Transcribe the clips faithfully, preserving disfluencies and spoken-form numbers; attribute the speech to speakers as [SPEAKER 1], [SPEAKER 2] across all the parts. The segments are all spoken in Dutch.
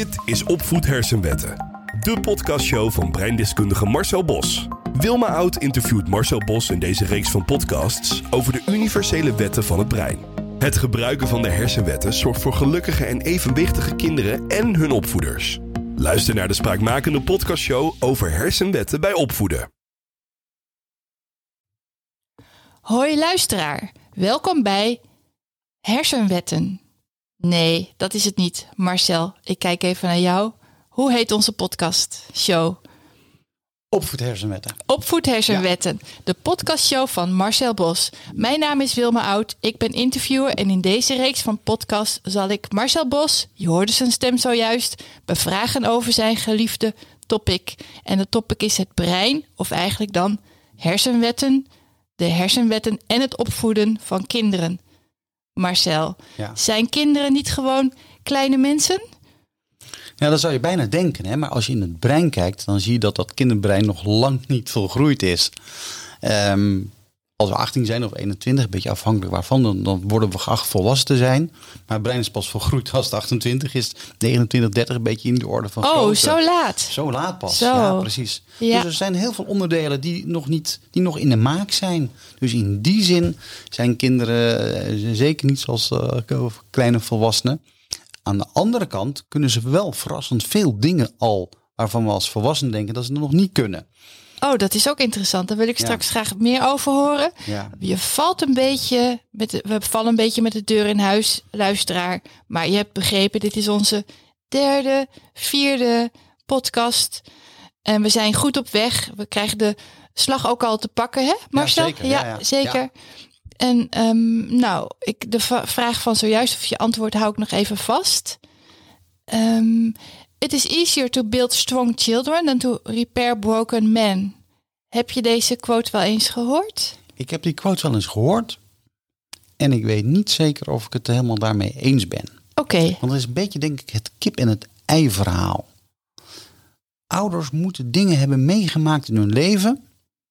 [SPEAKER 1] Dit is Opvoed Hersenwetten, de podcastshow van breindeskundige Marcel Bos. Wilma Oud interviewt Marcel Bos in deze reeks van podcasts over de universele wetten van het brein. Het gebruiken van de hersenwetten zorgt voor gelukkige en evenwichtige kinderen en hun opvoeders. Luister naar de spraakmakende podcastshow over hersenwetten bij opvoeden.
[SPEAKER 2] Hoi luisteraar, welkom bij Hersenwetten. Nee, dat is het niet. Marcel, ik kijk even naar jou. Hoe heet onze podcast show?
[SPEAKER 3] Opvoed Hersenwetten.
[SPEAKER 2] Opvoed Hersenwetten, ja. De podcastshow van Marcel Bos. Mijn naam is Wilma Oud, ik ben interviewer en in deze reeks van podcasts zal ik Marcel Bos, je hoorde zijn stem zojuist, bevragen over zijn geliefde topic. En het topic is het brein, of eigenlijk dan hersenwetten, de hersenwetten en het opvoeden van kinderen. Marcel, ja. Zijn kinderen niet gewoon kleine mensen?
[SPEAKER 3] Ja, dat zou je bijna denken. Hè? Maar als je in het brein kijkt, dan zie je dat dat kinderbrein nog lang niet volgroeid is. Um, als we achttien zijn of eenentwintig, een beetje afhankelijk waarvan, dan, dan worden we geacht volwassen te zijn. Maar het brein is pas volgroeid als het achtentwintig is. negenentwintig, dertig, een beetje in de orde van grootte.
[SPEAKER 2] Oh, zo laat.
[SPEAKER 3] Zo laat pas,
[SPEAKER 2] zo.
[SPEAKER 3] Ja, precies. Ja. Dus er zijn heel veel onderdelen die nog, niet, die nog in de maak zijn. Dus in die zin zijn kinderen uh, zeker niet zoals uh, kleine volwassenen. Aan de andere kant kunnen ze wel verrassend veel dingen al, waarvan we als volwassenen denken dat ze het nog niet kunnen.
[SPEAKER 2] Oh, dat is ook interessant. Daar wil ik straks ja. graag meer over horen.
[SPEAKER 3] Ja.
[SPEAKER 2] Je valt een beetje, met de, we vallen een beetje met de deur in huis, luisteraar. Maar je hebt begrepen, dit is onze derde, vierde podcast. En we zijn goed op weg. We krijgen de slag ook al te pakken, hè Marcel?
[SPEAKER 3] Ja, zeker.
[SPEAKER 2] Ja,
[SPEAKER 3] ja, ja.
[SPEAKER 2] zeker. Ja. En um, nou, ik, de v- vraag van zojuist of je antwoord hou ik nog even vast. Um, It is easier to build strong children than to repair broken men. Heb je deze quote wel eens gehoord?
[SPEAKER 3] Ik heb die quote wel eens gehoord. En ik weet niet zeker of ik het helemaal daarmee eens ben.
[SPEAKER 2] Oké. Okay.
[SPEAKER 3] Want dat is een beetje, denk ik, het kip en het ei verhaal. Ouders moeten dingen hebben meegemaakt in hun leven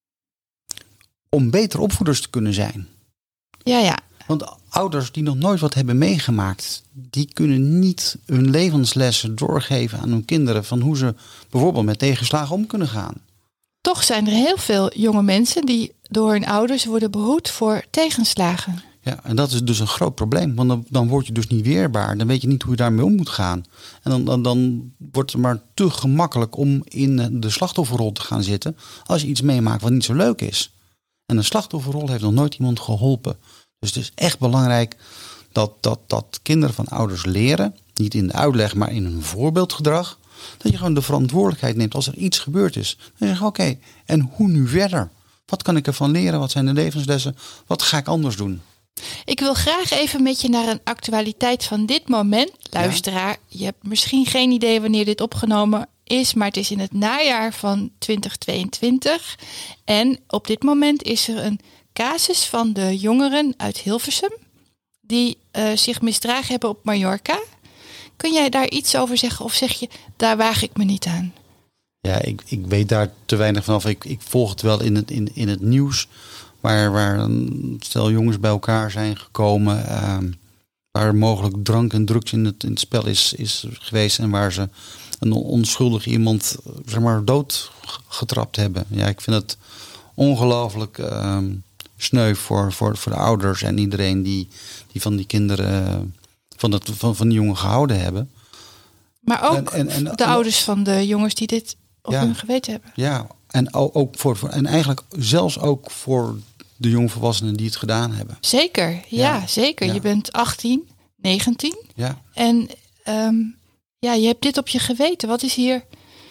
[SPEAKER 3] om beter opvoeders te kunnen zijn.
[SPEAKER 2] Ja, ja.
[SPEAKER 3] Want ouders die nog nooit wat hebben meegemaakt, die kunnen niet hun levenslessen doorgeven aan hun kinderen van hoe ze bijvoorbeeld met tegenslagen om kunnen gaan.
[SPEAKER 2] Toch zijn er heel veel jonge mensen die door hun ouders worden behoed voor tegenslagen.
[SPEAKER 3] Ja, en dat is dus een groot probleem, want dan, dan word je dus niet weerbaar. Dan weet je niet hoe je daarmee om moet gaan. En dan, dan, dan wordt het maar te gemakkelijk om in de slachtofferrol te gaan zitten als je iets meemaakt wat niet zo leuk is. En een slachtofferrol heeft nog nooit iemand geholpen. Dus het is echt belangrijk dat, dat, dat kinderen van ouders leren, niet in de uitleg, maar in hun voorbeeldgedrag, dat je gewoon de verantwoordelijkheid neemt als er iets gebeurd is. Dan zeg je, oké, okay, en hoe nu verder? Wat kan ik ervan leren? Wat zijn de levenslessen? Wat ga ik anders doen?
[SPEAKER 2] Ik wil graag even met je naar een actualiteit van dit moment. Luisteraar, ja? Je hebt misschien geen idee wanneer dit opgenomen is, maar het is in het najaar van twintig tweeëntwintig. En op dit moment is er een casus van de jongeren uit Hilversum die uh, zich misdragen hebben op Mallorca. Kun jij daar iets over zeggen of zeg je, daar waag ik me niet aan?
[SPEAKER 3] Ja, ik, ik weet daar te weinig vanaf. Ik, ik volg het wel in het, in, in het nieuws, waar, waar een stel jongens bij elkaar zijn gekomen, uh, waar mogelijk drank en drugs in het, in het spel is, is geweest en waar ze een onschuldig iemand, zeg maar, doodgetrapt hebben. Ja, ik vind het ongelooflijk Uh, sneu voor, voor, voor de ouders en iedereen die, die van die kinderen, van, dat, van, van die jongen gehouden hebben.
[SPEAKER 2] Maar ook en, en, en, de ouders van de jongens die dit op
[SPEAKER 3] ja,
[SPEAKER 2] hun geweten hebben.
[SPEAKER 3] Ja, en ook voor, voor en eigenlijk zelfs ook voor de jongvolwassenen die het gedaan hebben.
[SPEAKER 2] Zeker, ja, ja zeker. Ja. Je bent achttien, negentien.
[SPEAKER 3] Ja.
[SPEAKER 2] En um, ja, je hebt dit op je geweten. Wat is hier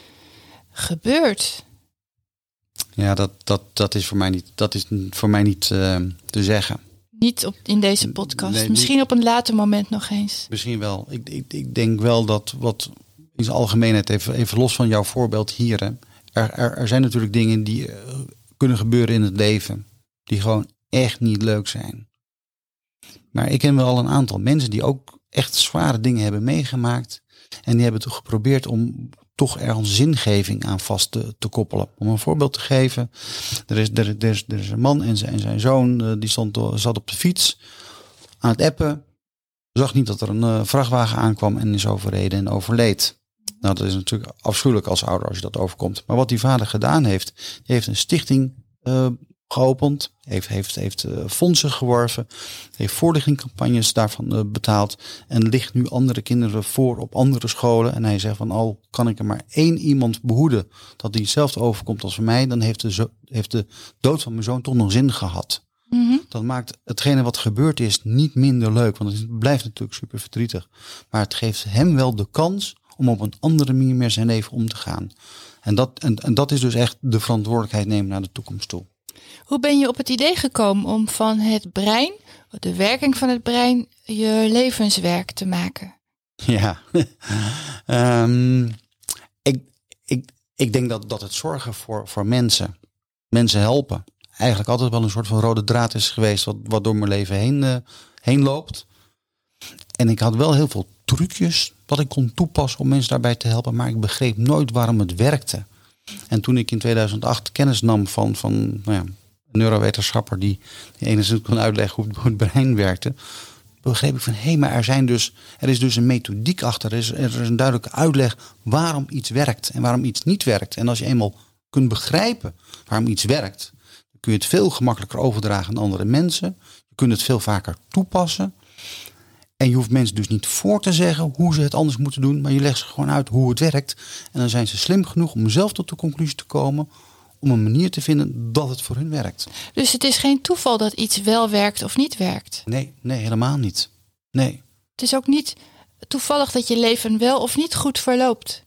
[SPEAKER 2] gebeurd?
[SPEAKER 3] Ja, dat, dat, dat is voor mij niet, dat is voor mij niet uh, te zeggen.
[SPEAKER 2] Niet op, in deze podcast. Nee, misschien niet op een later moment nog eens.
[SPEAKER 3] Misschien wel. Ik, ik, ik denk wel dat wat in zijn algemeenheid, even, even los van jouw voorbeeld hier. Hè, er, er, er zijn natuurlijk dingen die uh, kunnen gebeuren in het leven. Die gewoon echt niet leuk zijn. Maar ik ken wel een aantal mensen die ook echt zware dingen hebben meegemaakt. En die hebben toch geprobeerd om toch ergens zingeving aan vast te, te koppelen. Om een voorbeeld te geven. Er is, er, er is, er is een man en zijn, en zijn zoon. Die stond, zat op de fiets aan het appen. Zag niet dat er een uh, vrachtwagen aankwam en is overreden en overleed. Nou, dat is natuurlijk afschuwelijk als ouder als je dat overkomt. Maar wat die vader gedaan heeft, die heeft een stichting uh, geopend, heeft, heeft, heeft uh, fondsen geworven, heeft voorlichtingcampagnes daarvan uh, betaald en ligt nu andere kinderen voor op andere scholen. En hij zegt van, al kan ik er maar één iemand behoeden dat die hetzelfde overkomt als voor mij, dan heeft de, zo, heeft de dood van mijn zoon toch nog zin gehad. Mm-hmm. Dat maakt hetgene wat gebeurd is niet minder leuk, want het blijft natuurlijk super verdrietig. Maar het geeft hem wel de kans om op een andere manier met zijn leven om te gaan. En dat, en, en dat is dus echt de verantwoordelijkheid nemen naar de toekomst toe.
[SPEAKER 2] Hoe ben je op het idee gekomen om van het brein, de werking van het brein, je levenswerk te maken?
[SPEAKER 3] Ja, um, ik, ik, ik denk dat, dat het zorgen voor, voor mensen, mensen helpen, eigenlijk altijd wel een soort van rode draad is geweest wat, wat door mijn leven heen, uh, heen loopt. En ik had wel heel veel trucjes wat ik kon toepassen om mensen daarbij te helpen, maar ik begreep nooit waarom het werkte. En toen ik in tweeduizend acht kennis nam van, van nou ja, een neurowetenschapper die, die enigszins kon uitleggen hoe het, hoe het brein werkte, begreep ik van, hé, hey, maar er, zijn dus, er is dus een methodiek achter. Er is, er is een duidelijke uitleg waarom iets werkt en waarom iets niet werkt. En als je eenmaal kunt begrijpen waarom iets werkt, dan kun je het veel gemakkelijker overdragen aan andere mensen. Je kunt het veel vaker toepassen. En je hoeft mensen dus niet voor te zeggen hoe ze het anders moeten doen, maar je legt ze gewoon uit hoe het werkt. En dan zijn ze slim genoeg om zelf tot de conclusie te komen, om een manier te vinden dat het voor hun werkt.
[SPEAKER 2] Dus het is geen toeval dat iets wel werkt of niet werkt?
[SPEAKER 3] Nee, nee, helemaal niet. Nee.
[SPEAKER 2] Het is ook niet toevallig dat je leven wel of niet goed verloopt?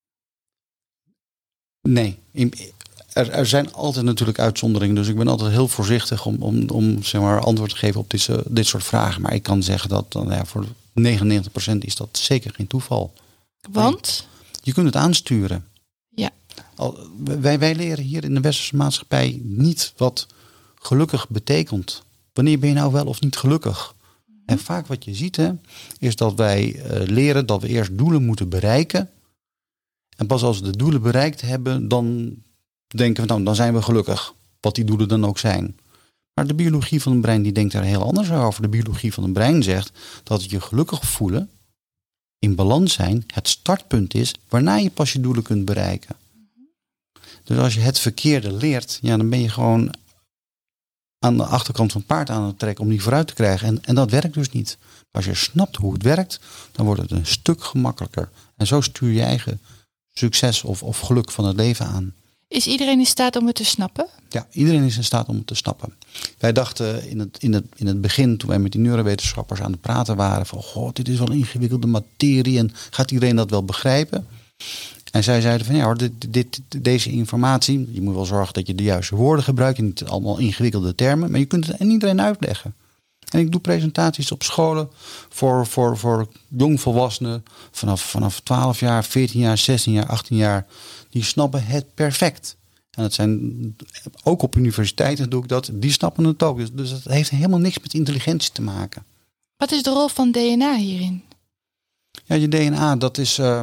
[SPEAKER 3] Nee, er, er zijn altijd natuurlijk uitzonderingen. Dus ik ben altijd heel voorzichtig om, om, om zeg maar, antwoord te geven op dit, dit soort vragen. Maar ik kan zeggen dat nou ja, voor negenennegentig procent is dat zeker geen toeval.
[SPEAKER 2] Want?
[SPEAKER 3] Je kunt het aansturen.
[SPEAKER 2] Ja.
[SPEAKER 3] Al, wij, wij leren hier in de westerse maatschappij niet wat gelukkig betekent. Wanneer ben je nou wel of niet gelukkig? Mm-hmm. En vaak wat je ziet, hè, is dat wij uh, leren dat we eerst doelen moeten bereiken. En pas als we de doelen bereikt hebben, dan denken we, nou, dan zijn we gelukkig. Wat die doelen dan ook zijn. Maar de biologie van het brein die denkt daar heel anders over. De biologie van het brein zegt dat je gelukkig voelen, in balans zijn, het startpunt is waarna je pas je doelen kunt bereiken. Dus als je het verkeerde leert, ja, dan ben je gewoon aan de achterkant van het paard aan het trekken om die vooruit te krijgen. En, en dat werkt dus niet. Als je snapt hoe het werkt, dan wordt het een stuk gemakkelijker. En zo stuur je eigen succes of, of geluk van het leven aan.
[SPEAKER 2] Is iedereen in staat om het te snappen?
[SPEAKER 3] Ja, iedereen is in staat om het te snappen. Wij dachten in het, in het, in het begin, toen wij met die neurowetenschappers aan het praten waren, van goh, dit is wel ingewikkelde materie en gaat iedereen dat wel begrijpen? En zij zeiden van ja hoor, dit, dit, deze informatie, je moet wel zorgen dat je de juiste woorden gebruikt en niet allemaal ingewikkelde termen, maar je kunt het aan iedereen uitleggen. En ik doe presentaties op scholen voor, voor, voor jongvolwassenen vanaf, vanaf twaalf jaar, veertien jaar, zestien jaar, achttien jaar. Die snappen het perfect. En dat zijn ook op universiteiten doe ik dat. Die snappen het ook. Dus, dus het heeft helemaal niks met intelligentie te maken.
[SPEAKER 2] Wat is de rol van D N A hierin?
[SPEAKER 3] Ja, je D N A, dat is... Uh,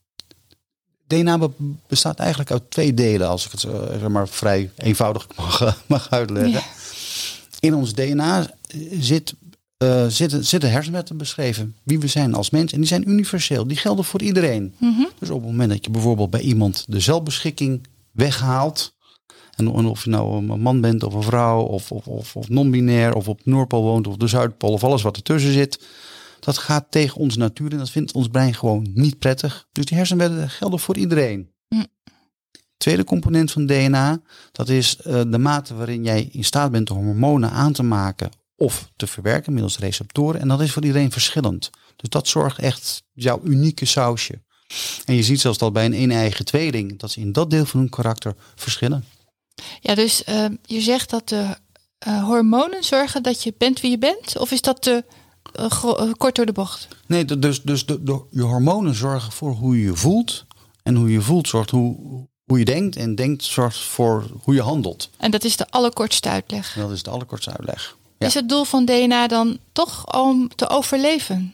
[SPEAKER 3] D N A bestaat eigenlijk uit twee delen, als ik het uh, zeg maar vrij eenvoudig mag, mag uitleggen. Ja. In ons D N A zit, uh, zitten, zitten hersenwetten beschreven. Wie we zijn als mens. En die zijn universeel. Die gelden voor iedereen. Mm-hmm. Dus op het moment dat je bijvoorbeeld bij iemand de zelfbeschikking weghaalt. En of je nou een man bent of een vrouw. Of, of, of, of non-binair. Of op de Noordpool woont of de Zuidpool. Of alles wat ertussen zit. Dat gaat tegen onze natuur. En dat vindt ons brein gewoon niet prettig. Dus die hersenwetten gelden voor iedereen. Mm. Tweede component van D N A, dat is uh, de mate waarin jij in staat bent de hormonen aan te maken of te verwerken middels receptoren. En dat is voor iedereen verschillend. Dus dat zorgt echt jouw unieke sausje. En je ziet zelfs dat bij een een-eigen tweeling, dat ze in dat deel van hun karakter verschillen.
[SPEAKER 2] Ja, dus uh, je zegt dat de uh, hormonen zorgen dat je bent wie je bent? Of is dat te uh, gro- uh, kort door de bocht?
[SPEAKER 3] Nee, dus, dus de, de, je hormonen zorgen voor hoe je je voelt. En hoe je voelt zorgt hoe... Hoe je denkt en denkt zorgt voor hoe je handelt.
[SPEAKER 2] En dat is de allerkortste uitleg.
[SPEAKER 3] Dat is de allerkortste uitleg. Ja.
[SPEAKER 2] Is het doel van D N A dan toch om te overleven?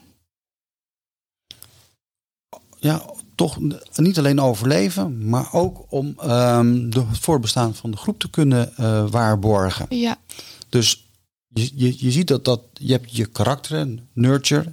[SPEAKER 3] Ja, toch niet alleen overleven, maar ook om um, de, het voorbestaan van de groep te kunnen uh, waarborgen.
[SPEAKER 2] Ja.
[SPEAKER 3] Dus je, je, je ziet dat, dat je hebt je karakter, nurture,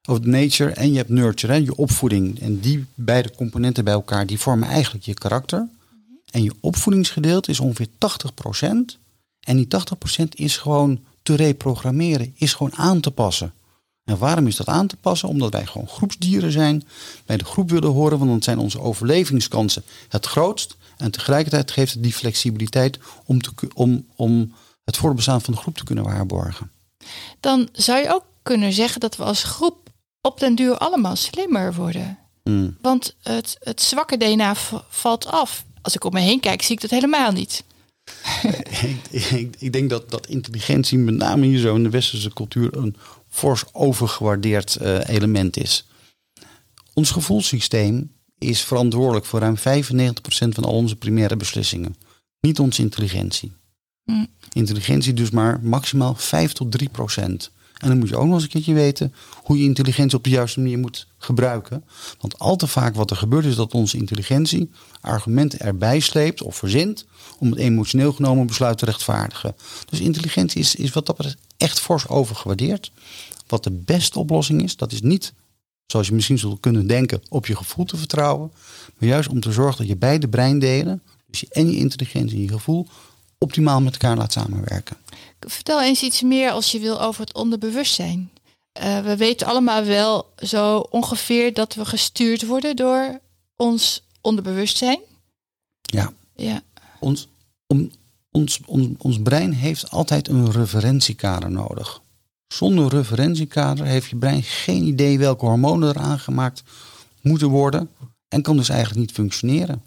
[SPEAKER 3] of nature en je hebt nurture, hè, je opvoeding. En die beide componenten bij elkaar, die vormen eigenlijk je karakter. Mm-hmm. En je opvoedingsgedeelte is ongeveer tachtig procent. En die tachtig procent is gewoon te reprogrammeren, is gewoon aan te passen. En waarom is dat aan te passen? Omdat wij gewoon groepsdieren zijn, bij de groep willen horen, want dan zijn onze overlevingskansen het grootst. En tegelijkertijd geeft het die flexibiliteit om, te, om, om het voortbestaan van de groep te kunnen waarborgen.
[SPEAKER 2] Dan zou je ook kunnen zeggen dat we als groep op den duur allemaal slimmer worden. Mm. Want het, het zwakke D N A v- valt af. Als ik om me heen kijk, zie ik dat helemaal niet.
[SPEAKER 3] ik, ik, ik denk dat, dat intelligentie, met name hier zo in de westerse cultuur, een fors overgewaardeerd uh, element is. Ons gevoelssysteem is verantwoordelijk voor ruim vijfennegentig procent van al onze primaire beslissingen. Niet onze intelligentie. Mm. Intelligentie dus maar maximaal vijf tot drie procent. En dan moet je ook nog eens een keertje weten hoe je intelligentie op de juiste manier moet gebruiken. Want al te vaak wat er gebeurt is dat onze intelligentie argumenten erbij sleept of verzint om het emotioneel genomen besluit te rechtvaardigen. Dus intelligentie is, is wat dat betreft echt fors overgewaardeerd. Wat de beste oplossing is, dat is niet, zoals je misschien zult kunnen denken, op je gevoel te vertrouwen. Maar juist om te zorgen dat je beide breindelen, dus je en je intelligentie en je gevoel, optimaal met elkaar laat samenwerken.
[SPEAKER 2] Vertel eens iets meer als je wil over het onderbewustzijn. Uh, we weten allemaal wel zo ongeveer dat we gestuurd worden door ons onderbewustzijn.
[SPEAKER 3] Ja.
[SPEAKER 2] Ja.
[SPEAKER 3] Ons, om, ons, ons, ons brein heeft altijd een referentiekader nodig. Zonder referentiekader heeft je brein geen idee welke hormonen er aangemaakt moeten worden en kan dus eigenlijk niet functioneren.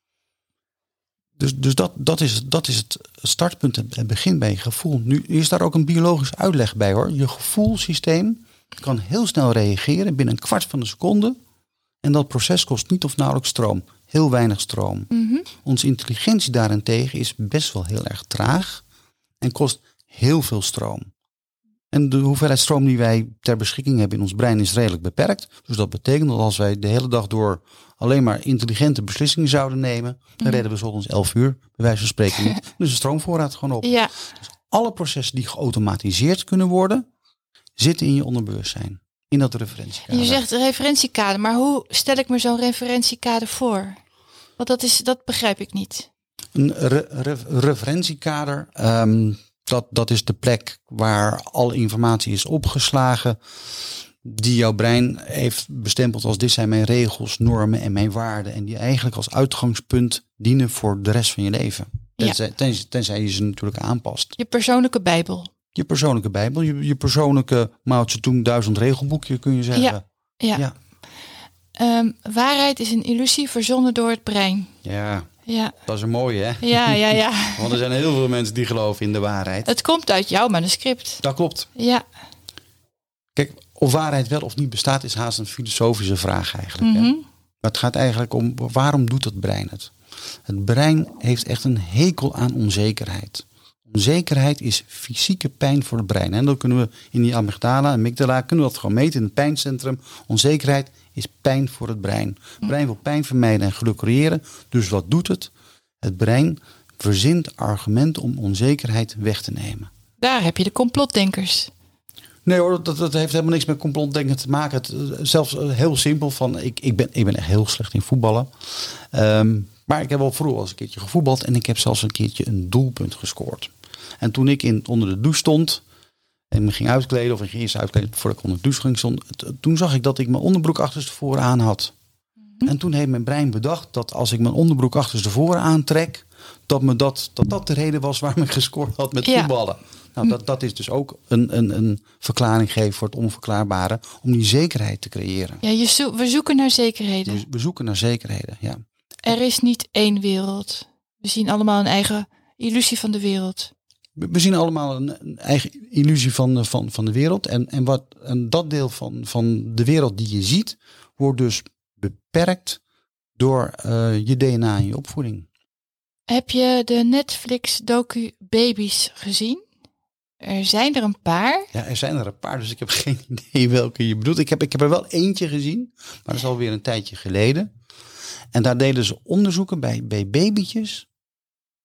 [SPEAKER 3] Dus, dus dat, dat, is, dat is het startpunt, het begin bij je gevoel. Nu is daar ook een biologische uitleg bij hoor. Je gevoelssysteem kan heel snel reageren binnen een kwart van een seconde. En dat proces kost niet of nauwelijks stroom. Heel weinig stroom. Mm-hmm. Onze intelligentie daarentegen is best wel heel erg traag. En kost heel veel stroom. En de hoeveelheid stroom die wij ter beschikking hebben in ons brein is redelijk beperkt. Dus dat betekent dat als wij de hele dag door alleen maar intelligente beslissingen zouden nemen, dan mm. redden we zoals elf uur, bij wijze van spreken niet. Dus de stroomvoorraad gewoon op.
[SPEAKER 2] Ja.
[SPEAKER 3] Dus alle processen die geautomatiseerd kunnen worden, zitten in je onderbewustzijn. In dat referentiekader.
[SPEAKER 2] Je zegt referentiekader, maar hoe stel ik me zo'n referentiekader voor? Want dat, is, dat begrijp ik niet.
[SPEAKER 3] Een re- re- referentiekader, um, dat, dat is de plek waar alle informatie is opgeslagen, die jouw brein heeft bestempeld als dit zijn mijn regels, normen en mijn waarden. En die eigenlijk als uitgangspunt dienen voor de rest van je leven. Tenzij, ja. tenzij, tenzij je ze natuurlijk aanpast.
[SPEAKER 2] Je persoonlijke bijbel.
[SPEAKER 3] Je persoonlijke bijbel, je, je persoonlijke Mao Zedong duizend regelboekje kun je zeggen.
[SPEAKER 2] Ja, ja. ja. Um, waarheid is een illusie verzonnen door het brein.
[SPEAKER 3] Ja,
[SPEAKER 2] ja.
[SPEAKER 3] Dat is een mooie hè?
[SPEAKER 2] Ja, ja, ja.
[SPEAKER 3] Want er zijn heel veel mensen die geloven in de waarheid.
[SPEAKER 2] Het komt uit jouw manuscript.
[SPEAKER 3] Dat klopt.
[SPEAKER 2] Ja.
[SPEAKER 3] Kijk, of waarheid wel of niet bestaat is haast een filosofische vraag eigenlijk. Mm-hmm. Hè? Maar het gaat eigenlijk om, waarom doet het brein het? Het brein heeft echt een hekel aan onzekerheid. Onzekerheid is fysieke pijn voor het brein. En dan kunnen we in die amygdala, amygdala, kunnen we dat gewoon meten in het pijncentrum. Onzekerheid is pijn voor het brein. Het brein wil pijn vermijden en geluk creëren. Dus wat doet het? Het brein verzint argumenten om onzekerheid weg te nemen.
[SPEAKER 2] Daar heb je de complotdenkers.
[SPEAKER 3] Nee hoor, dat, dat heeft helemaal niks met complotdenken te maken. Het, zelfs heel simpel van, ik, ik, ben, ik ben echt heel slecht in voetballen. Um, maar ik heb wel vroeger al eens een keertje gevoetbald en ik heb zelfs een keertje een doelpunt gescoord. En toen ik in, onder de douche stond en me ging uitkleden, of ik ging eerst uitkleden voordat ik onder de douche ging stond, t- toen zag ik dat ik mijn onderbroek achterstevoren aan had. Mm-hmm. En toen heeft mijn brein bedacht dat als ik mijn onderbroek achterstevoren aantrek, dat, me dat, dat dat de reden was waarom ik gescoord had met ja. voetballen. Nou, dat, dat is dus ook een, een, een verklaring geven voor het onverklaarbare, om die zekerheid te creëren.
[SPEAKER 2] Ja, je zo- we zoeken naar zekerheden.
[SPEAKER 3] We, we zoeken naar zekerheden, ja.
[SPEAKER 2] Er is niet één wereld. We zien allemaal een eigen illusie van de wereld.
[SPEAKER 3] We, we zien allemaal een, een eigen illusie van, van, van de wereld. En, en, wat, en dat deel van, van de wereld die je ziet, wordt dus beperkt door uh, je D N A en je opvoeding.
[SPEAKER 2] Heb je de Netflix-docu Baby's gezien? Er zijn er een paar.
[SPEAKER 3] Ja, er zijn er een paar, dus ik heb geen idee welke je bedoelt. Ik heb, ik heb er wel eentje gezien, maar dat is alweer een tijdje geleden. En daar deden ze onderzoeken bij, bij babytjes.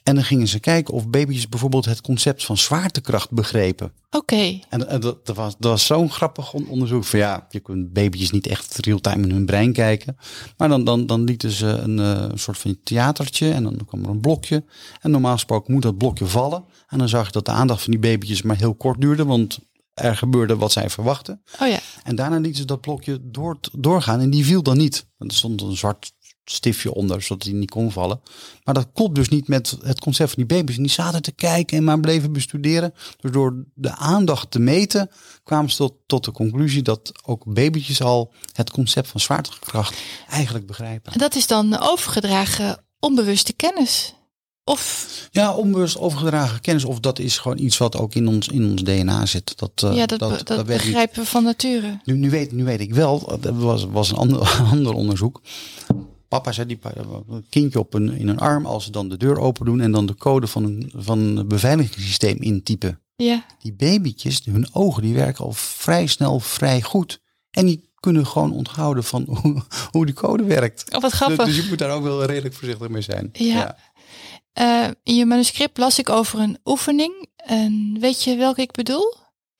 [SPEAKER 3] En dan gingen ze kijken of baby's bijvoorbeeld het concept van zwaartekracht begrepen.
[SPEAKER 2] Oké. Okay.
[SPEAKER 3] En, en dat, dat was, dat was zo'n grappig onderzoek. Van ja, je kunt baby's niet echt real-time in hun brein kijken. Maar dan, dan, dan lieten ze een uh, soort van theatertje en dan kwam er een blokje. En normaal gesproken moet dat blokje vallen. En dan zag je dat de aandacht van die baby's maar heel kort duurde, want er gebeurde wat zij verwachten.
[SPEAKER 2] Oh ja.
[SPEAKER 3] En daarna lieten ze dat blokje door, doorgaan en die viel dan niet. Er stond een zwart stiftje onder, zodat hij niet kon vallen. Maar dat klopt dus niet met het concept van die baby's. En die zaten te kijken en maar bleven bestuderen. Dus door de aandacht te meten kwamen ze tot, tot de conclusie dat ook babytjes al het concept van zwaartekracht eigenlijk begrijpen.
[SPEAKER 2] En dat is dan overgedragen onbewuste kennis? Of...
[SPEAKER 3] Ja, onbewust overgedragen kennis. Of dat is gewoon iets wat ook in ons, in ons D N A zit. Dat, uh,
[SPEAKER 2] ja, dat,
[SPEAKER 3] dat,
[SPEAKER 2] dat,
[SPEAKER 3] dat
[SPEAKER 2] dat begrijpen we van nature.
[SPEAKER 3] Nu, nu, weet, nu weet ik wel, dat was, was een ander, ander onderzoek. Papa zei, die een kindje op een, in een arm, als ze dan de deur open doen en dan de code van een, van een beveiligingssysteem intypen.
[SPEAKER 2] Ja.
[SPEAKER 3] Die babytjes, hun ogen, die werken al vrij snel, vrij goed. En die kunnen gewoon onthouden van hoe, hoe die code werkt.
[SPEAKER 2] Oh, wat grappig.
[SPEAKER 3] Dus, dus je moet daar ook wel redelijk voorzichtig mee zijn.
[SPEAKER 2] Ja. ja. Uh, in je manuscript las ik over een oefening. En weet je welke ik bedoel?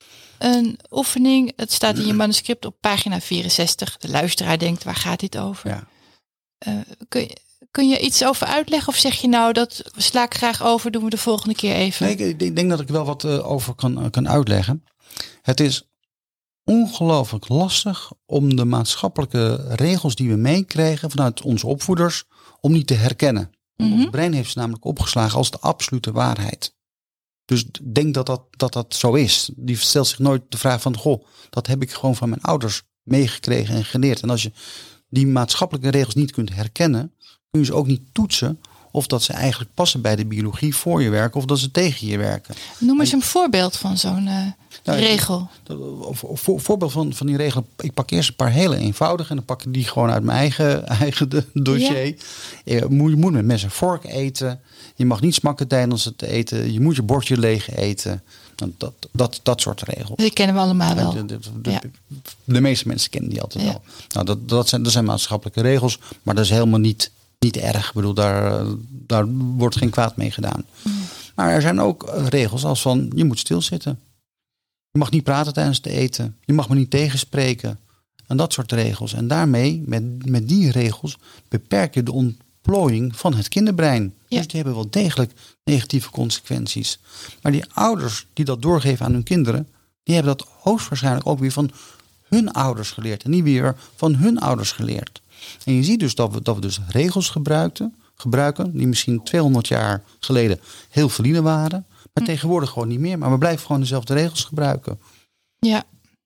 [SPEAKER 2] Een oefening, het staat in je manuscript op pagina vierenzestig. De luisteraar denkt, waar gaat dit over?
[SPEAKER 3] Ja.
[SPEAKER 2] Uh, kun, je, kun je iets over uitleggen? Of zeg je nou, dat sla ik graag over, doen we de volgende keer even?
[SPEAKER 3] Nee, ik, ik denk dat ik er wel wat uh, over kan, uh, kan uitleggen. Het is ongelooflijk lastig om de maatschappelijke regels die we meekregen vanuit onze opvoeders, om die te herkennen. Mm-hmm. Ons brein heeft ze namelijk opgeslagen als de absolute waarheid. Dus denk dat dat, dat dat zo is. Die stelt zich nooit de vraag van, goh, dat heb ik gewoon van mijn ouders meegekregen en geleerd. En als je die maatschappelijke regels niet kunt herkennen, kun je ze ook niet toetsen of dat ze eigenlijk passen bij de biologie voor je werken of dat ze tegen je werken.
[SPEAKER 2] Noem eens en, een voorbeeld van zo'n uh, nou, regel.
[SPEAKER 3] Voor, voor, voorbeeld van, van die regel. Ik pak eerst een paar hele eenvoudige en dan pak ik die gewoon uit mijn eigen, eigen de, dossier. Ja. Je, moet, je moet met mes en vork eten. Je mag niet smakken tijdens het eten. Je moet je bordje leeg eten. Dat, dat, dat soort regels.
[SPEAKER 2] Die kennen we allemaal wel.
[SPEAKER 3] De, de, de,
[SPEAKER 2] ja.
[SPEAKER 3] de, de meeste mensen kennen die altijd ja. wel. Nou, dat, dat, zijn, dat zijn maatschappelijke regels, maar dat is helemaal niet, niet erg. Ik bedoel, daar, daar wordt geen kwaad mee gedaan. Mm. Maar er zijn ook regels als van, je moet stilzitten. Je mag niet praten tijdens het eten. Je mag me niet tegenspreken. En dat soort regels. En daarmee, met, met die regels, beperk je de ontplooiing van het kinderbrein. Ja. Dus die hebben wel degelijk negatieve consequenties. Maar die ouders die dat doorgeven aan hun kinderen, die hebben dat hoogstwaarschijnlijk ook weer van hun ouders geleerd. En niet weer van hun ouders geleerd. En je ziet dus dat we, dat we dus regels gebruikten, gebruiken die misschien tweehonderd jaar geleden heel valide waren. Maar hm. tegenwoordig gewoon niet meer. Maar we blijven gewoon dezelfde regels gebruiken.
[SPEAKER 2] Ja.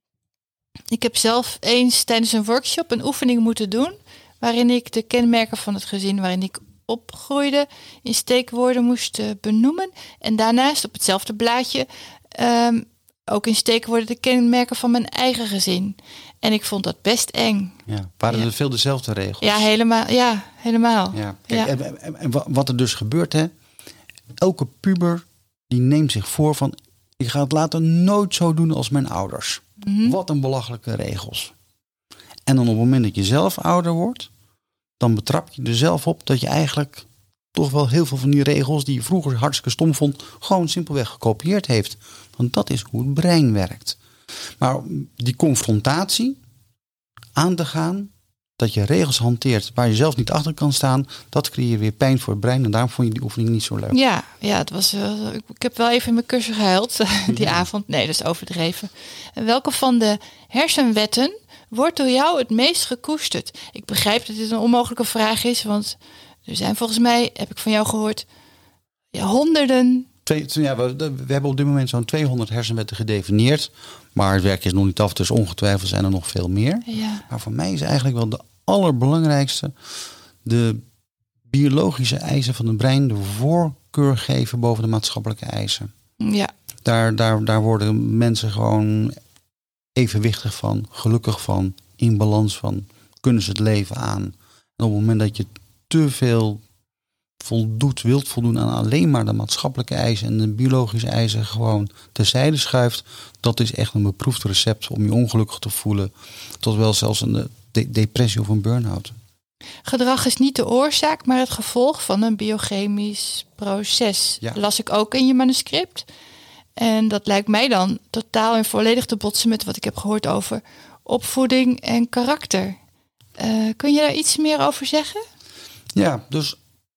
[SPEAKER 2] Ik heb zelf eens tijdens een workshop een oefening moeten doen, waarin ik de kenmerken van het gezin waarin ik opgroeide in steekwoorden moest uh, benoemen. En daarnaast op hetzelfde blaadje um, ook in steekwoorden de kenmerken van mijn eigen gezin. En ik vond dat best eng.
[SPEAKER 3] Ja, waren ja. er veel dezelfde regels?
[SPEAKER 2] Ja, helemaal. Ja, helemaal.
[SPEAKER 3] Ja, kijk, ja. En, en, en wat er dus gebeurt, hè? Elke puber die neemt zich voor van, ik ga het later nooit zo doen als mijn ouders. Mm-hmm. Wat een belachelijke regels. En dan op het moment dat je zelf ouder wordt, dan betrap je er zelf op dat je eigenlijk toch wel heel veel van die regels die je vroeger hartstikke stom vond, gewoon simpelweg gekopieerd heeft. Want dat is hoe het brein werkt. Maar die confrontatie aan te gaan, dat je regels hanteert waar je zelf niet achter kan staan, dat creëert weer pijn voor het brein. En daarom vond je die oefening niet zo leuk.
[SPEAKER 2] Ja, ja het was, uh, ik heb wel even in mijn kussen gehuild die ja. avond. Nee, dat is overdreven. En welke van de hersenwetten wordt door jou het meest gekoesterd? Ik begrijp dat dit een onmogelijke vraag is, want er zijn volgens mij, heb ik van jou gehoord, ja, honderden.
[SPEAKER 3] Twee, ja, we, we hebben op dit moment zo'n tweehonderd hersenwetten gedefinieerd. Maar het werk is nog niet af, dus ongetwijfeld zijn er nog veel meer.
[SPEAKER 2] Ja.
[SPEAKER 3] Maar voor mij is eigenlijk wel de allerbelangrijkste de biologische eisen van het brein de voorkeur geven boven de maatschappelijke eisen.
[SPEAKER 2] Ja.
[SPEAKER 3] Daar, daar, daar worden mensen gewoon evenwichtig van, gelukkig van, in balans van, kunnen ze het leven aan. En op het moment dat je te veel voldoet, wilt voldoen aan alleen maar de maatschappelijke eisen en de biologische eisen gewoon terzijde schuift, dat is echt een beproefd recept om je ongelukkig te voelen, tot wel zelfs een de- depressie of een burn-out.
[SPEAKER 2] Gedrag is niet de oorzaak, maar het gevolg van een biochemisch proces.
[SPEAKER 3] Ja.
[SPEAKER 2] Las ik ook in je manuscript. En dat lijkt mij dan totaal en volledig te botsen met wat ik heb gehoord over opvoeding en karakter. Uh, kun je daar iets meer over zeggen? Ja,
[SPEAKER 3] dus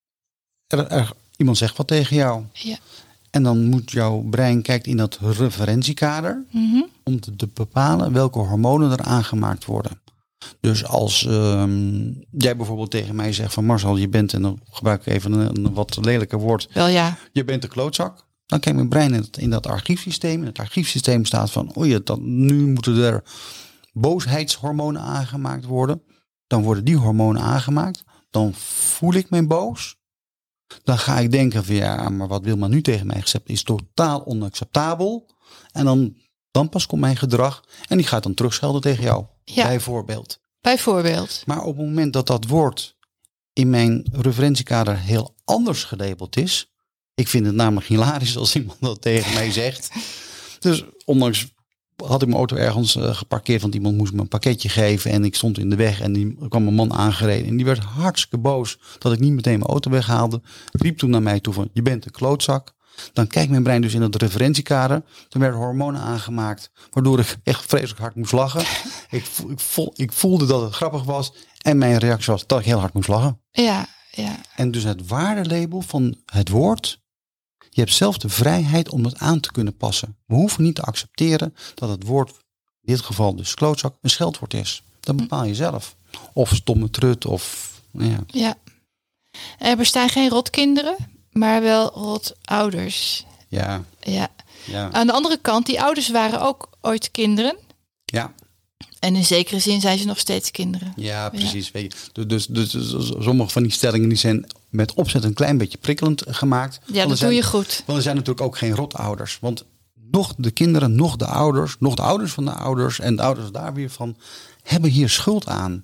[SPEAKER 3] er, er, iemand zegt wat tegen jou.
[SPEAKER 2] Ja.
[SPEAKER 3] En dan moet jouw brein kijken in dat referentiekader
[SPEAKER 2] Mm-hmm.
[SPEAKER 3] om te, te bepalen welke hormonen er aangemaakt worden. Dus als um, jij bijvoorbeeld tegen mij zegt van Marcel, je bent, en dan gebruik ik even een, een wat lelijker woord.
[SPEAKER 2] Wel ja.
[SPEAKER 3] Je bent een klootzak. Dan kijkt mijn brein in, het, in dat archiefsysteem. In het archiefsysteem staat van, oh ja, dat, nu moeten er boosheidshormonen aangemaakt worden. Dan worden die hormonen aangemaakt. Dan voel ik mij boos. Dan ga ik denken van ja, maar wat Wilma nu tegen mij gezegd is totaal onacceptabel. En dan, dan pas komt mijn gedrag en die gaat dan terugschelden tegen jou.
[SPEAKER 2] Ja.
[SPEAKER 3] Bijvoorbeeld.
[SPEAKER 2] Bijvoorbeeld.
[SPEAKER 3] Maar op het moment dat dat woord in mijn referentiekader heel anders gelabeld is. Ik vind het namelijk hilarisch als iemand dat tegen mij zegt. Dus ondanks had ik mijn auto ergens uh, geparkeerd, want iemand moest me een pakketje geven en ik stond in de weg en die er kwam een man aangereden en die werd hartstikke boos dat ik niet meteen mijn auto weghaalde. Riep toen naar mij toe van je bent een klootzak. Dan kijkt mijn brein dus in het referentiekader. Er werden hormonen aangemaakt, waardoor ik echt vreselijk hard moest lachen. ik, vo- ik, vo- ik voelde dat het grappig was en mijn reactie was dat ik heel hard moest lachen.
[SPEAKER 2] Ja, ja.
[SPEAKER 3] En dus het waardelabel van het woord. Je hebt zelf de vrijheid om het aan te kunnen passen. We hoeven niet te accepteren dat het woord, in dit geval dus klootzak, een scheldwoord is. Dat bepaal je zelf. Of stomme trut of... Ja.
[SPEAKER 2] Ja. Er bestaan geen rotkinderen, maar wel rotouders.
[SPEAKER 3] Ja.
[SPEAKER 2] Ja.
[SPEAKER 3] Ja.
[SPEAKER 2] Aan de andere kant, die ouders waren ook ooit kinderen.
[SPEAKER 3] Ja.
[SPEAKER 2] En in zekere zin zijn ze nog steeds kinderen.
[SPEAKER 3] Ja, precies. Ja. Weet je. Dus, dus, dus, dus sommige van die stellingen die zijn met opzet een klein beetje prikkelend gemaakt.
[SPEAKER 2] Ja, dat doe
[SPEAKER 3] zijn,
[SPEAKER 2] je goed.
[SPEAKER 3] Want er zijn natuurlijk ook geen rotouders. Want nog de kinderen, nog de ouders, nog de ouders van de ouders en de ouders daar weer van, hebben hier schuld aan.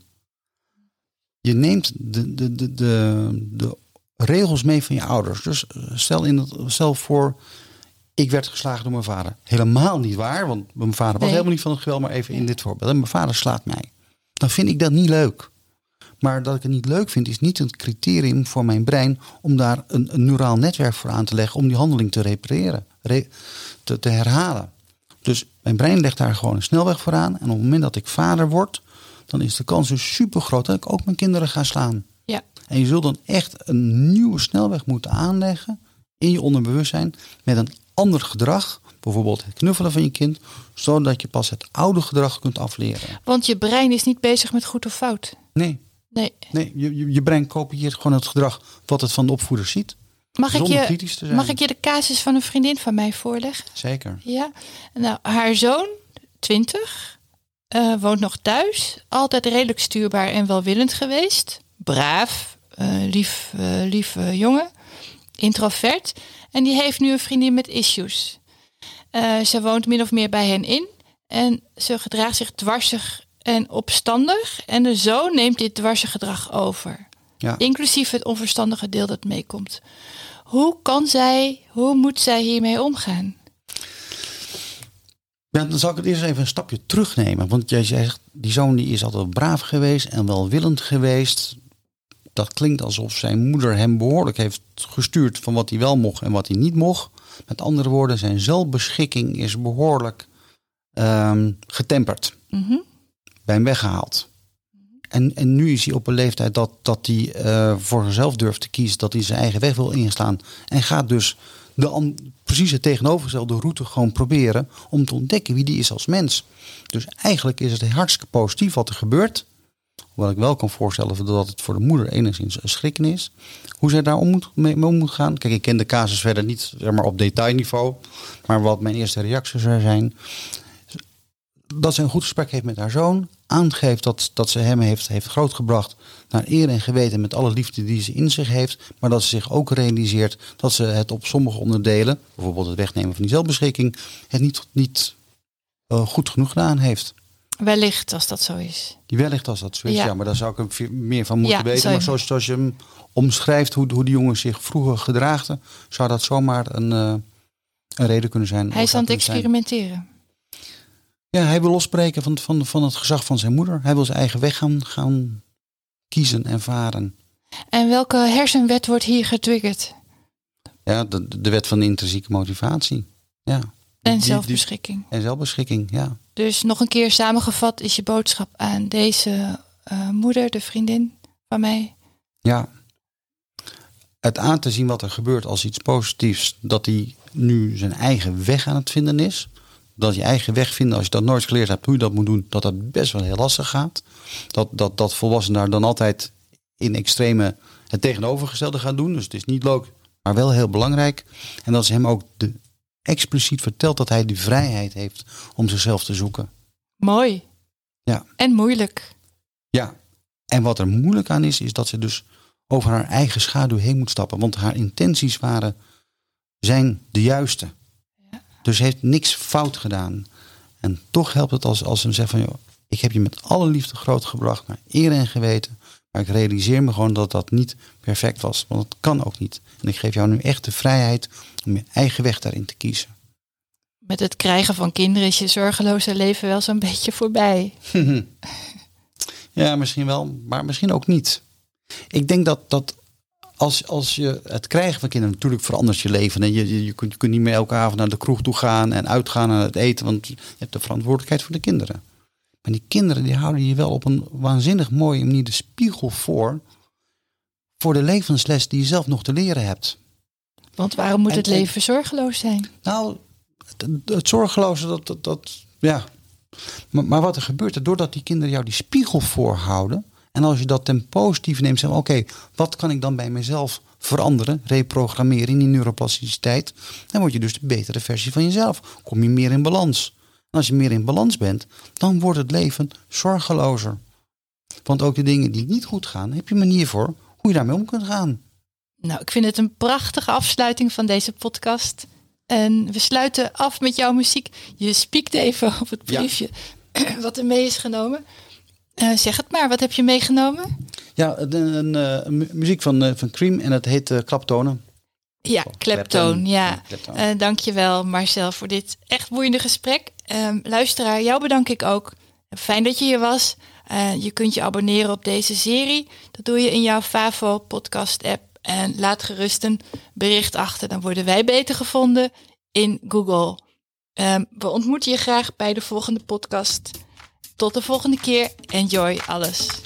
[SPEAKER 3] Je neemt de, de, de, de, de regels mee van je ouders. Dus stel, in het, stel voor, ik werd geslagen door mijn vader. Helemaal niet waar, want mijn vader was
[SPEAKER 2] nee.
[SPEAKER 3] helemaal niet van het geweld, maar even in dit voorbeeld. En mijn vader slaat mij. Dan vind ik dat niet leuk. Maar dat ik het niet leuk vind, is niet een criterium voor mijn brein om daar een, een neuraal netwerk voor aan te leggen om die handeling te repareren, re, te, te herhalen. Dus mijn brein legt daar gewoon een snelweg voor aan. En op het moment dat ik vader word, dan is de kans dus super groot dat ik ook mijn kinderen ga slaan.
[SPEAKER 2] Ja.
[SPEAKER 3] En je zult dan echt een nieuwe snelweg moeten aanleggen in je onderbewustzijn met een ander gedrag. Bijvoorbeeld het knuffelen van je kind, zodat je pas het oude gedrag kunt afleren.
[SPEAKER 2] Want je brein is niet bezig met goed of fout.
[SPEAKER 3] Nee.
[SPEAKER 2] Nee.
[SPEAKER 3] Nee, je, je, je brein kopieert gewoon het gedrag wat het van de opvoeder ziet.
[SPEAKER 2] Mag ik, je,
[SPEAKER 3] kritisch te zijn.
[SPEAKER 2] mag ik je de casus van een vriendin van mij voorleggen?
[SPEAKER 3] Zeker.
[SPEAKER 2] Ja. Nou, haar zoon, twintig, uh, woont nog thuis. Altijd redelijk stuurbaar en welwillend geweest. Braaf, uh, lief, uh, lief uh, jongen. Introvert. En die heeft nu een vriendin met issues. Uh, ze woont min of meer bij hen in. En ze gedraagt zich dwarsig en opstandig. En de zoon neemt dit dwarsige gedrag over.
[SPEAKER 3] Ja.
[SPEAKER 2] Inclusief het onverstandige deel dat meekomt. Hoe kan zij, hoe moet zij hiermee omgaan?
[SPEAKER 3] Ja, dan zal ik het eerst even een stapje terugnemen. Want jij zegt, die zoon die is altijd braaf geweest en welwillend geweest. Dat klinkt alsof zijn moeder hem behoorlijk heeft gestuurd van wat hij wel mocht en wat hij niet mocht. Met andere woorden, zijn zelfbeschikking is behoorlijk um, getemperd.
[SPEAKER 2] Mm-hmm.
[SPEAKER 3] Bij hem weggehaald. En, en nu is hij op een leeftijd dat, dat hij uh, voor zichzelf durft te kiezen. Dat hij zijn eigen weg wil inslaan. En gaat dus de, precies het tegenovergestelde route gewoon proberen om te ontdekken wie die is als mens. Dus eigenlijk is het hartstikke positief wat er gebeurt. Wat ik wel kan voorstellen dat het voor de moeder enigszins een schrikken is. Hoe zij daar om moet, mee om moet gaan. Kijk, ik ken de casus verder niet zeg maar op detailniveau. Maar wat mijn eerste reacties er zijn. Dat ze een goed gesprek heeft met haar zoon. Aangeeft dat, dat ze hem heeft, heeft grootgebracht naar eer en geweten met alle liefde die ze in zich heeft. Maar dat ze zich ook realiseert dat ze het op sommige onderdelen, bijvoorbeeld het wegnemen van die zelfbeschikking, het niet, niet uh, goed genoeg gedaan heeft.
[SPEAKER 2] Wellicht als dat zo is.
[SPEAKER 3] Wellicht als dat zo is, ja. ja maar daar zou ik meer van moeten
[SPEAKER 2] ja,
[SPEAKER 3] weten. Maar zoals, zoals je hem omschrijft, hoe, hoe die jongens zich vroeger gedraagden, zou dat zomaar een, uh, een reden kunnen zijn.
[SPEAKER 2] Hij is aan het experimenteren.
[SPEAKER 3] Zijn. Ja, hij wil losbreken van, van, van het gezag van zijn moeder. Hij wil zijn eigen weg gaan, gaan kiezen en varen.
[SPEAKER 2] En welke hersenwet wordt hier getriggerd?
[SPEAKER 3] Ja, de, de wet van de intrinsieke motivatie. Ja.
[SPEAKER 2] En
[SPEAKER 3] Die-
[SPEAKER 2] zelfbeschikking.
[SPEAKER 3] die- en zelfbeschikking, ja.
[SPEAKER 2] Dus nog een keer samengevat is je boodschap aan deze uh, moeder, de vriendin van mij.
[SPEAKER 3] Ja. Het aan te zien wat er gebeurt als iets positiefs. Dat hij nu zijn eigen weg aan het vinden is. Dat je eigen weg vinden, als je dat nooit geleerd hebt hoe je dat moet doen, dat dat best wel heel lastig gaat. Dat, dat, dat volwassenen daar dan altijd in extreme het tegenovergestelde gaan doen. Dus het is niet leuk, maar wel heel belangrijk. En dat ze hem ook de, expliciet vertelt dat hij de vrijheid heeft om zichzelf te zoeken.
[SPEAKER 2] Mooi.
[SPEAKER 3] Ja.
[SPEAKER 2] En moeilijk.
[SPEAKER 3] Ja. En wat er moeilijk aan is, is dat ze dus over haar eigen schaduw heen moet stappen. Want haar intenties waren, zijn de juiste.
[SPEAKER 2] Ja.
[SPEAKER 3] Dus ze heeft niks fout gedaan. En toch helpt het als, als ze zegt van, joh, ik heb je met alle liefde grootgebracht, naar eer en geweten. Maar ik realiseer me gewoon dat dat niet perfect was. Want dat kan ook niet. En ik geef jou nu echt de vrijheid om je eigen weg daarin te kiezen.
[SPEAKER 2] Met het krijgen van kinderen is je zorgeloze leven wel zo'n beetje voorbij.
[SPEAKER 3] Ja, misschien wel, maar misschien ook niet. Ik denk dat, dat als, als je het krijgen van kinderen, natuurlijk verandert je leven. En je, je, je, kunt, je kunt niet meer elke avond naar de kroeg toe gaan en uitgaan en het eten. Want je hebt de verantwoordelijkheid voor de kinderen. Maar die kinderen die houden je wel op een waanzinnig mooie manier de spiegel voor. Voor de levensles die je zelf nog te leren hebt.
[SPEAKER 2] Want waarom moet
[SPEAKER 3] En-
[SPEAKER 2] het
[SPEAKER 3] en-
[SPEAKER 2] leven zorgeloos zijn?
[SPEAKER 3] Nou, het, het zorgeloze, dat, dat, dat ja. Maar, maar wat er gebeurt, er, doordat die kinderen jou die spiegel voorhouden. En als je dat ten positieve neemt, zeg maar, oké, wat kan ik dan bij mezelf veranderen, reprogrammeren in die neuroplasticiteit? Dan word je dus de betere versie van jezelf. Kom je meer in balans. En als je meer in balans bent, dan wordt het leven zorgelozer. Want ook de dingen die niet goed gaan, heb je een manier voor hoe je daarmee om kunt gaan.
[SPEAKER 2] Nou, ik vind het een prachtige afsluiting van deze podcast. En we sluiten af met jouw muziek. Je spiekt even op het briefje wat er mee is genomen. Uh, zeg het maar, wat heb je meegenomen?
[SPEAKER 3] Ja, een, een, een mu- muziek van, uh, van Cream en het heet uh, Klaptonen.
[SPEAKER 2] Ja, kleptoon. Ja.
[SPEAKER 3] Ja, kleptoon.
[SPEAKER 2] Uh, dankjewel Marcel voor dit echt boeiende gesprek. Um, luisteraar, jou bedank ik ook. Fijn dat je hier was. Uh, je kunt je abonneren op deze serie. Dat doe je in jouw Favo podcast app. En laat gerust een bericht achter. Dan worden wij beter gevonden in Google. Um, we ontmoeten je graag bij de volgende podcast. Tot de volgende keer. Enjoy alles.